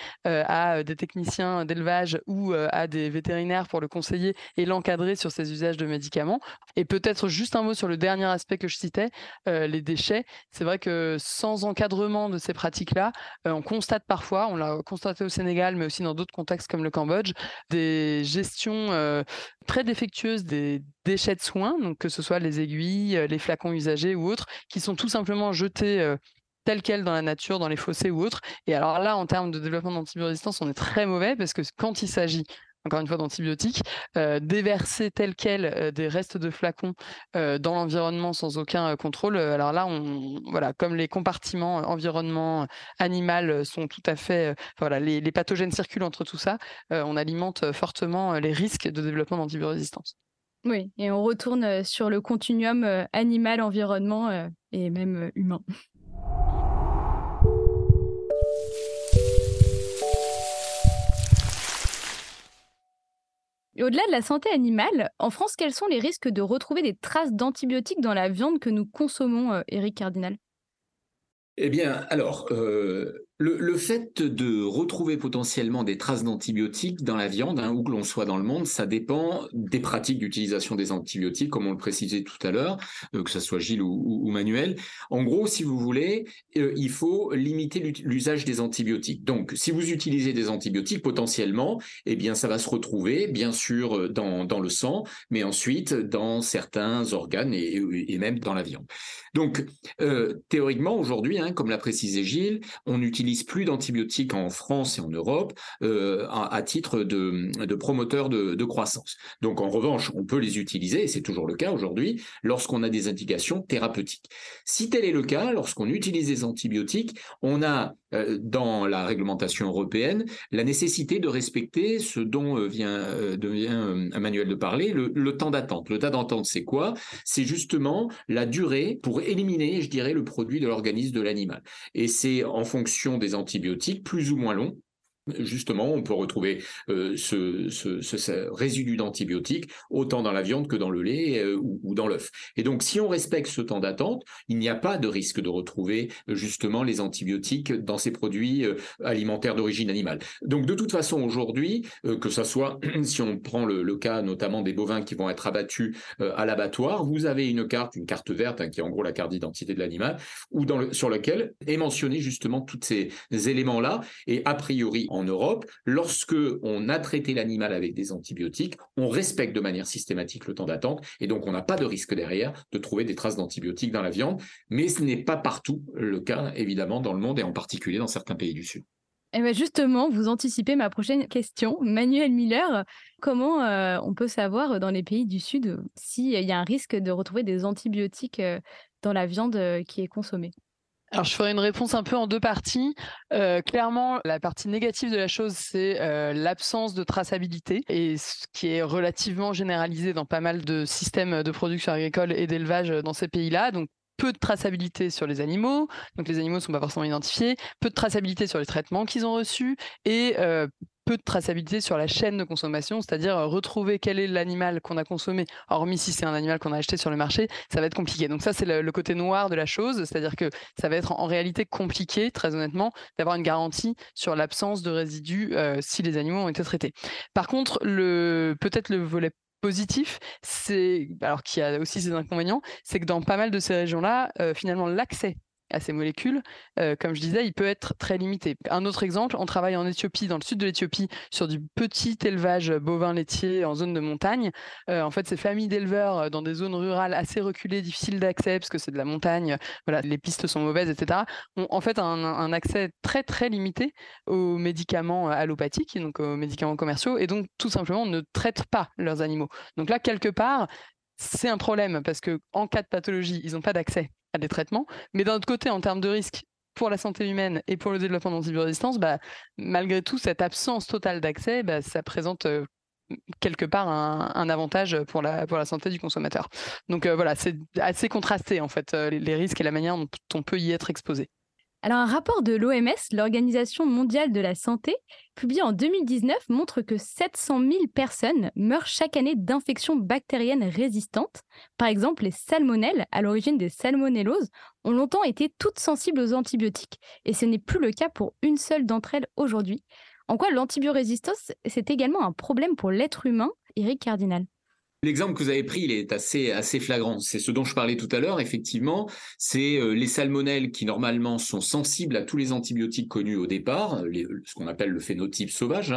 à des techniciens d'élevage ou à des vétérinaires pour le conseiller et l'encadrer sur ses usages de médicaments. Et peut-être juste un mot sur le dernier aspect que je citais, les déchets. C'est vrai que sans encadrement de ces pratiques-là, on constate parfois, on l'a constaté au Sénégal, mais aussi dans d'autres contextes comme le Cambodge, des gestions très défectueuses des déchets de soins, donc que ce soit les aiguilles, les flacons usagés ou autres, qui sont tout simplement jetés tels quels dans la nature, dans les fossés ou autres. Et alors là, en termes de développement d'antibiorésistance, on est très mauvais parce que quand il s'agit encore une fois d'antibiotiques, déverser tel quel des restes de flacons dans l'environnement sans aucun contrôle. Alors là, voilà, comme les compartiments environnement animal sont tout à fait... voilà, les pathogènes circulent entre tout ça, on alimente fortement les risques de développement d'antibiorésistance. Oui, et on retourne sur le continuum animal-environnement et même humain. Et au-delà de la santé animale, en France, quels sont les risques de retrouver des traces d'antibiotiques dans la viande que nous consommons, Éric Cardinal? Eh bien, alors, le fait de retrouver potentiellement des traces d'antibiotiques dans la viande, où que l'on soit dans le monde, ça dépend des pratiques d'utilisation des antibiotiques, comme on le précisait tout à l'heure, que ce soit Gilles ou Manuel. En gros, si vous voulez, il faut limiter l'usage des antibiotiques. Donc, si vous utilisez des antibiotiques, potentiellement, eh bien, ça va se retrouver, bien sûr, dans le sang, mais ensuite dans certains organes et même dans la viande. Donc, théoriquement, aujourd'hui, comme l'a précisé Gilles, on n'utilise plus d'antibiotiques en France et en Europe à titre de promoteur de croissance. Donc, en revanche, on peut les utiliser, et c'est toujours le cas aujourd'hui, lorsqu'on a des indications thérapeutiques. Si tel est le cas, lorsqu'on utilise des antibiotiques, on a dans la réglementation européenne la nécessité de respecter ce dont vient Emmanuel de parler, le temps d'attente. Le temps d'attente, c'est quoi? C'est justement la durée pour éliminer, je dirais, le produit de l'organisme de l'animal. Et c'est en fonction des antibiotiques, plus ou moins long, Justement, on peut retrouver ce résidu d'antibiotiques autant dans la viande que dans le lait ou dans l'œuf. Et donc, si on respecte ce temps d'attente, il n'y a pas de risque de retrouver justement les antibiotiques dans ces produits alimentaires d'origine animale. Donc, de toute façon, aujourd'hui, que ce soit, si on prend le cas notamment des bovins qui vont être abattus à l'abattoir, vous avez une carte verte, qui est en gros la carte d'identité de l'animal, sur laquelle est mentionné justement tous ces éléments-là. Et a priori, en Europe, lorsque on a traité l'animal avec des antibiotiques, on respecte de manière systématique le temps d'attente et donc on n'a pas de risque derrière de trouver des traces d'antibiotiques dans la viande, mais ce n'est pas partout le cas, évidemment, dans le monde et en particulier dans certains pays du Sud. Et bien justement, vous anticipez ma prochaine question. Manuel Miller, comment on peut savoir dans les pays du Sud s'il y a un risque de retrouver des antibiotiques dans la viande qui est consommée? Alors, je ferai une réponse un peu en deux parties. Clairement, la partie négative de la chose, c'est l'absence de traçabilité, et ce qui est relativement généralisé dans pas mal de systèmes de production agricole et d'élevage dans ces pays-là. Donc, peu de traçabilité sur les animaux, donc les animaux ne sont pas forcément identifiés, peu de traçabilité sur les traitements qu'ils ont reçus, et peu de traçabilité sur la chaîne de consommation, c'est-à-dire retrouver quel est l'animal qu'on a consommé, hormis si c'est un animal qu'on a acheté sur le marché, ça va être compliqué. Donc ça, c'est le côté noir de la chose, c'est-à-dire que ça va être en réalité compliqué, très honnêtement, d'avoir une garantie sur l'absence de résidus si les animaux ont été traités. Par contre, peut-être le volet positif, alors qu'il y a aussi ses inconvénients, c'est que dans pas mal de ces régions-là, finalement, l'accès à ces molécules, comme je disais, il peut être très limité. Un autre exemple, on travaille en Éthiopie, dans le sud de l'Éthiopie, sur du petit élevage bovin laitier en zone de montagne. En fait, ces familles d'éleveurs dans des zones rurales assez reculées, difficiles d'accès, parce que c'est de la montagne, voilà, les pistes sont mauvaises, etc., ont en fait un accès très très limité aux médicaments allopathiques, donc aux médicaments commerciaux, et donc tout simplement ne traitent pas leurs animaux. Donc là, quelque part, c'est un problème, parce qu'en cas de pathologie, ils n'ont pas d'accès à des traitements, mais d'un autre côté, en termes de risque pour la santé humaine et pour le développement d'antibiorésistance, malgré tout, cette absence totale d'accès, ça présente quelque part un avantage pour la santé du consommateur. Donc voilà, c'est assez contrasté en fait, les risques et la manière dont on peut y être exposé. Alors, un rapport de l'OMS, l'Organisation mondiale de la santé, publié en 2019, montre que 700 000 personnes meurent chaque année d'infections bactériennes résistantes. Par exemple, les salmonelles, à l'origine des salmonelloses, ont longtemps été toutes sensibles aux antibiotiques. Et ce n'est plus le cas pour une seule d'entre elles aujourd'hui. En quoi l'antibiorésistance, c'est également un problème pour l'être humain, Eric Cardinal? L'exemple que vous avez pris, il est assez flagrant. C'est ce dont je parlais tout à l'heure, effectivement. C'est les salmonelles qui, normalement, sont sensibles à tous les antibiotiques connus au départ, ce qu'on appelle le phénotype sauvage,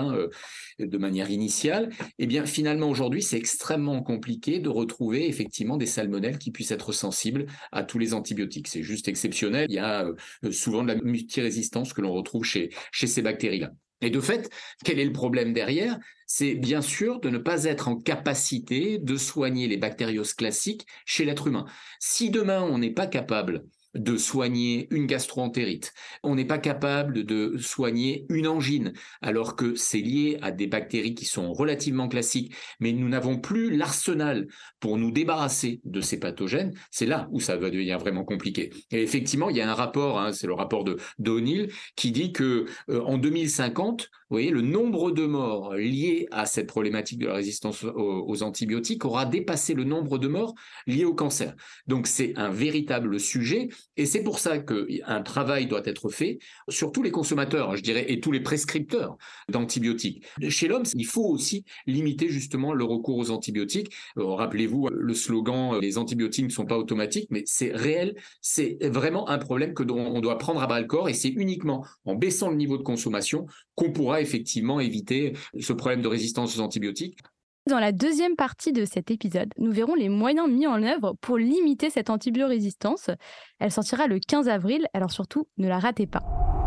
de manière initiale. Eh bien, finalement, aujourd'hui, c'est extrêmement compliqué de retrouver, effectivement, des salmonelles qui puissent être sensibles à tous les antibiotiques. C'est juste exceptionnel. Il y a souvent de la multirésistance que l'on retrouve chez ces bactéries-là. Et de fait, quel est le problème derrière? C'est bien sûr de ne pas être en capacité de soigner les bactérioses classiques chez l'être humain. Si demain on n'est pas capable de soigner une gastroentérite, on n'est pas capable de soigner une angine, alors que c'est lié à des bactéries qui sont relativement classiques, mais nous n'avons plus l'arsenal pour nous débarrasser de ces pathogènes, c'est là où ça va devenir vraiment compliqué. Et effectivement, il y a un rapport, c'est le rapport d'O'Neill, qui dit que en 2050, vous voyez, le nombre de morts liés à cette problématique de la résistance aux antibiotiques aura dépassé le nombre de morts liés au cancer. Donc c'est un véritable sujet. Et c'est pour ça qu'un travail doit être fait sur tous les consommateurs, je dirais, et tous les prescripteurs d'antibiotiques. Chez l'homme, il faut aussi limiter justement le recours aux antibiotiques. Rappelez-vous le slogan « les antibiotiques ne sont pas automatiques », mais c'est réel, c'est vraiment un problème que on doit prendre à bras-le-corps, et c'est uniquement en baissant le niveau de consommation qu'on pourra effectivement éviter ce problème de résistance aux antibiotiques. Dans la deuxième partie de cet épisode, nous verrons les moyens mis en œuvre pour limiter cette antibiorésistance. Elle sortira le 15 avril, alors surtout, ne la ratez pas.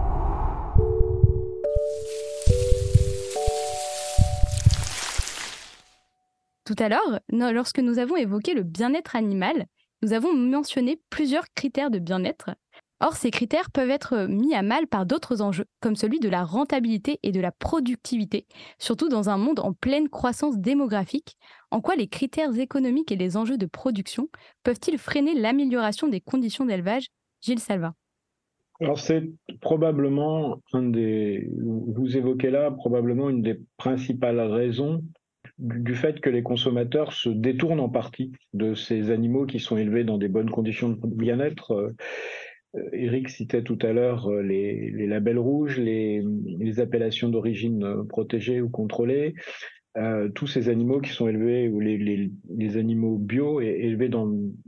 Tout à l'heure, lorsque nous avons évoqué le bien-être animal, nous avons mentionné plusieurs critères de bien-être. Or, ces critères peuvent être mis à mal par d'autres enjeux, comme celui de la rentabilité et de la productivité, surtout dans un monde en pleine croissance démographique. En quoi les critères économiques et les enjeux de production peuvent-ils freiner l'amélioration des conditions d'élevage? Gilles Salva. Alors c'est probablement vous évoquez là probablement une des principales raisons du fait que les consommateurs se détournent en partie de ces animaux qui sont élevés dans des bonnes conditions de bien-être. Eric citait tout à l'heure les labels rouges, les appellations d'origine protégée ou contrôlée, tous ces animaux qui sont élevés, ou les animaux bio élevés dans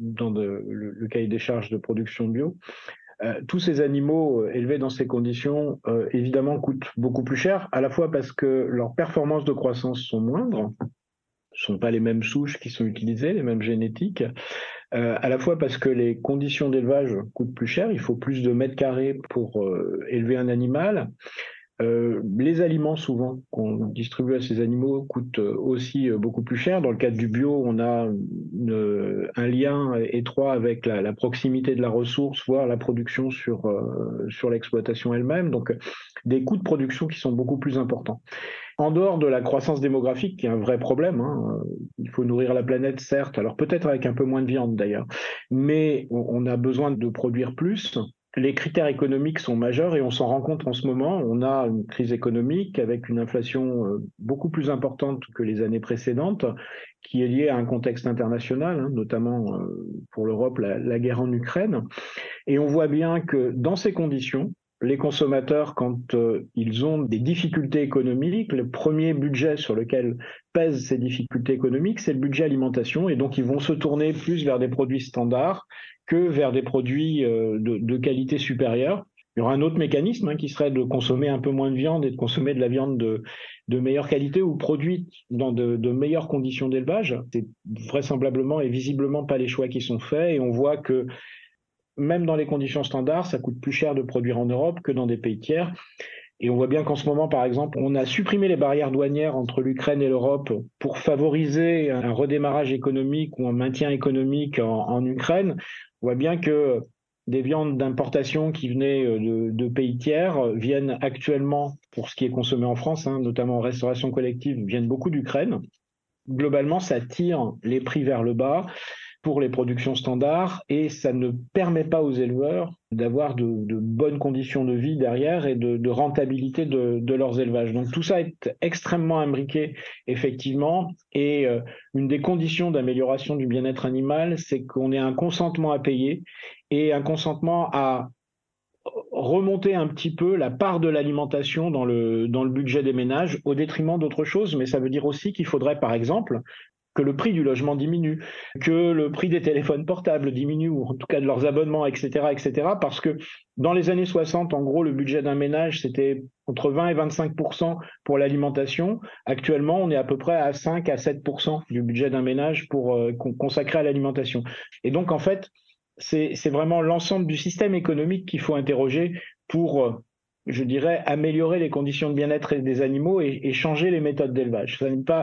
le cahier des charges de production bio. Tous ces animaux élevés dans ces conditions, évidemment, coûtent beaucoup plus cher, à la fois parce que leurs performances de croissance sont moindres, ce ne sont pas les mêmes souches qui sont utilisées, les mêmes génétiques, à la fois parce que les conditions d'élevage coûtent plus cher, il faut plus de mètres carrés pour élever un animal. Les aliments souvent qu'on distribue à ces animaux coûtent aussi beaucoup plus cher. Dans le cadre du bio, on a un lien étroit avec la proximité de la ressource, voire la production sur l'exploitation elle-même. Donc des coûts de production qui sont beaucoup plus importants. En dehors de la croissance démographique, qui est un vrai problème, il faut nourrir la planète, certes, alors peut-être avec un peu moins de viande d'ailleurs, mais on a besoin de produire plus. Les critères économiques sont majeurs et on s'en rend compte en ce moment. On a une crise économique avec une inflation beaucoup plus importante que les années précédentes, qui est liée à un contexte international, notamment pour l'Europe, la guerre en Ukraine. Et on voit bien que dans ces conditions, les consommateurs, quand ils ont des difficultés économiques, le premier budget sur lequel pèsent ces difficultés économiques, c'est le budget alimentation. Et donc, ils vont se tourner plus vers des produits standards que vers des produits de qualité supérieure. Il y aura un autre mécanisme qui serait de consommer un peu moins de viande et de consommer de la viande de meilleure qualité ou produite dans de meilleures conditions d'élevage. C'est vraisemblablement et visiblement pas les choix qui sont faits. Et on voit que même dans les conditions standards, ça coûte plus cher de produire en Europe que dans des pays tiers. Et on voit bien qu'en ce moment, par exemple, on a supprimé les barrières douanières entre l'Ukraine et l'Europe pour favoriser un redémarrage économique ou un maintien économique en Ukraine. On voit bien que des viandes d'importation qui venaient de pays tiers viennent actuellement, pour ce qui est consommé en France, notamment en restauration collective, viennent beaucoup d'Ukraine. Globalement, ça tire les prix vers le bas pour les productions standards et ça ne permet pas aux éleveurs d'avoir de bonnes conditions de vie derrière et de rentabilité de leurs élevages. Donc tout ça est extrêmement imbriqué effectivement et une des conditions d'amélioration du bien-être animal, c'est qu'on ait un consentement à payer et un consentement à remonter un petit peu la part de l'alimentation dans le budget des ménages au détriment d'autres choses, mais ça veut dire aussi qu'il faudrait par exemple que le prix du logement diminue, que le prix des téléphones portables diminue, ou en tout cas de leurs abonnements, etc., parce que dans les années 60, en gros, le budget d'un ménage, c'était entre 20 et 25% pour l'alimentation. Actuellement, on est à peu près à 5 à 7% du budget d'un ménage pour consacré à l'alimentation. Et donc, en fait, c'est vraiment l'ensemble du système économique qu'il faut interroger pour je dirais, améliorer les conditions de bien-être des animaux et changer les méthodes d'élevage.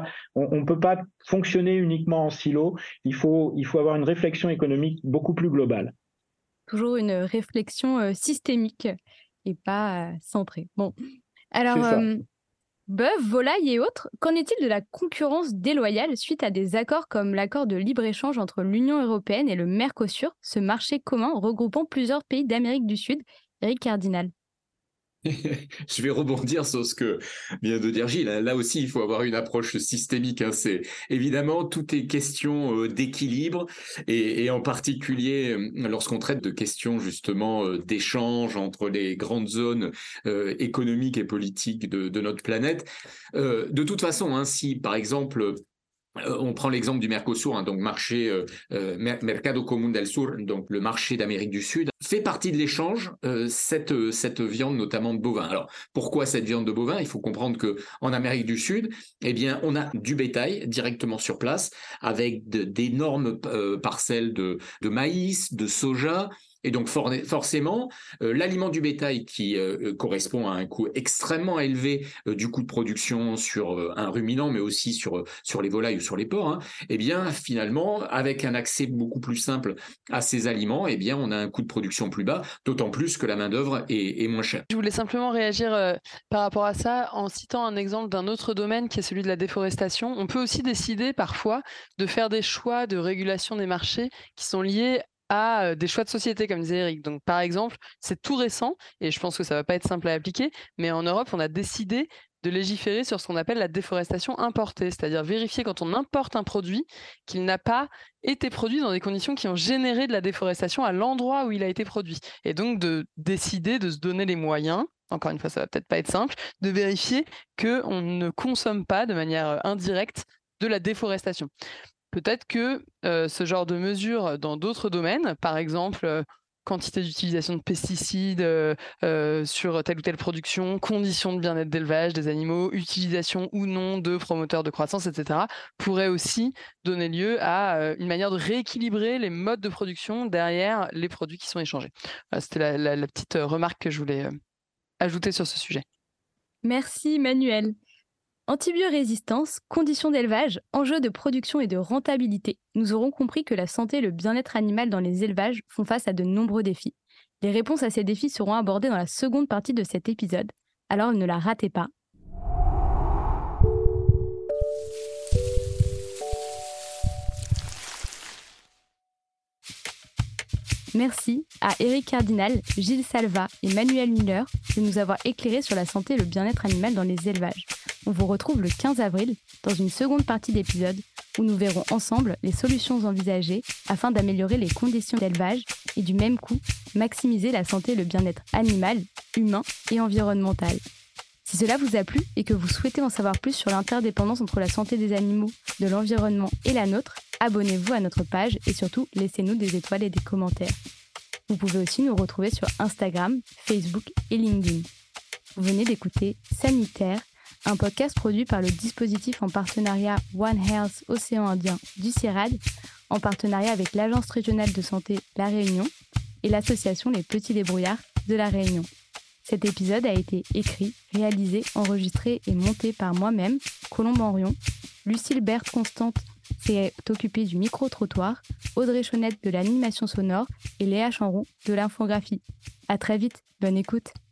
On ne peut pas fonctionner uniquement en silo, il faut avoir une réflexion économique beaucoup plus globale. Toujours une réflexion systémique et pas centrée. Bon, alors, bœuf, volaille et autres, qu'en est-il de la concurrence déloyale suite à des accords comme l'accord de libre-échange entre l'Union européenne et le Mercosur, ce marché commun regroupant plusieurs pays d'Amérique du Sud? Eric Cardinal. Je vais rebondir sur ce que vient de dire Gilles. Là aussi, il faut avoir une approche systémique. C'est évidemment, tout est question d'équilibre et en particulier lorsqu'on traite de questions justement d'échange entre les grandes zones économiques et politiques de notre planète. De toute façon, si par exemple on prend l'exemple du Mercosur, donc marché Mercado Común del Sur, donc le marché d'Amérique du Sud, fait partie de l'échange cette viande notamment de bovin. Alors pourquoi cette viande de bovin? Il faut comprendre que en Amérique du Sud, eh bien on a du bétail directement sur place avec d'énormes parcelles de maïs, de soja. Et donc forcément, l'aliment du bétail qui correspond à un coût extrêmement élevé du coût de production sur un ruminant, mais aussi sur les volailles ou sur les porcs, eh bien finalement, avec un accès beaucoup plus simple à ces aliments, eh bien on a un coût de production plus bas, d'autant plus que la main-d'œuvre est moins chère. Je voulais simplement réagir par rapport à ça en citant un exemple d'un autre domaine qui est celui de la déforestation. On peut aussi décider parfois de faire des choix de régulation des marchés qui sont liés à des choix de société, comme disait Eric. Donc, par exemple, c'est tout récent, et je pense que ça ne va pas être simple à appliquer, mais en Europe, on a décidé de légiférer sur ce qu'on appelle la déforestation importée, c'est-à-dire vérifier quand on importe un produit qu'il n'a pas été produit dans des conditions qui ont généré de la déforestation à l'endroit où il a été produit. Et donc de décider de se donner les moyens, encore une fois ça va peut-être pas être simple, de vérifier qu'on ne consomme pas de manière indirecte de la déforestation. Peut-être que ce genre de mesures dans d'autres domaines, par exemple quantité d'utilisation de pesticides sur telle ou telle production, conditions de bien-être d'élevage des animaux, utilisation ou non de promoteurs de croissance, etc., pourrait aussi donner lieu à une manière de rééquilibrer les modes de production derrière les produits qui sont échangés. Voilà, c'était la petite remarque que je voulais ajouter sur ce sujet. Merci Manuel. Antibiorésistance, conditions d'élevage, enjeux de production et de rentabilité. Nous aurons compris que la santé et le bien-être animal dans les élevages font face à de nombreux défis. Les réponses à ces défis seront abordées dans la seconde partie de cet épisode, alors ne la ratez pas. Merci à Eric Cardinal, Gilles Salva et Manuel Müller de nous avoir éclairés sur la santé et le bien-être animal dans les élevages. On vous retrouve le 15 avril dans une seconde partie d'épisode où nous verrons ensemble les solutions envisagées afin d'améliorer les conditions d'élevage et du même coup maximiser la santé et le bien-être animal, humain et environnemental. Si cela vous a plu et que vous souhaitez en savoir plus sur l'interdépendance entre la santé des animaux, de l'environnement et la nôtre, abonnez-vous à notre page et surtout laissez-nous des étoiles et des commentaires. Vous pouvez aussi nous retrouver sur Instagram, Facebook et LinkedIn. Vous venez d'écouter Sanitaire, un podcast produit par le dispositif en partenariat One Health Océan Indien du CIRAD, en partenariat avec l'Agence régionale de santé La Réunion et l'association Les Petits Débrouillards de La Réunion. Cet épisode a été écrit, réalisé, enregistré et monté par moi-même, Colombe Henrion. Lucille Berthe-Constante s'est occupée du micro-trottoir, Audrey Chaunette de l'animation sonore et Léa Chanron de l'infographie. À très vite, bonne écoute.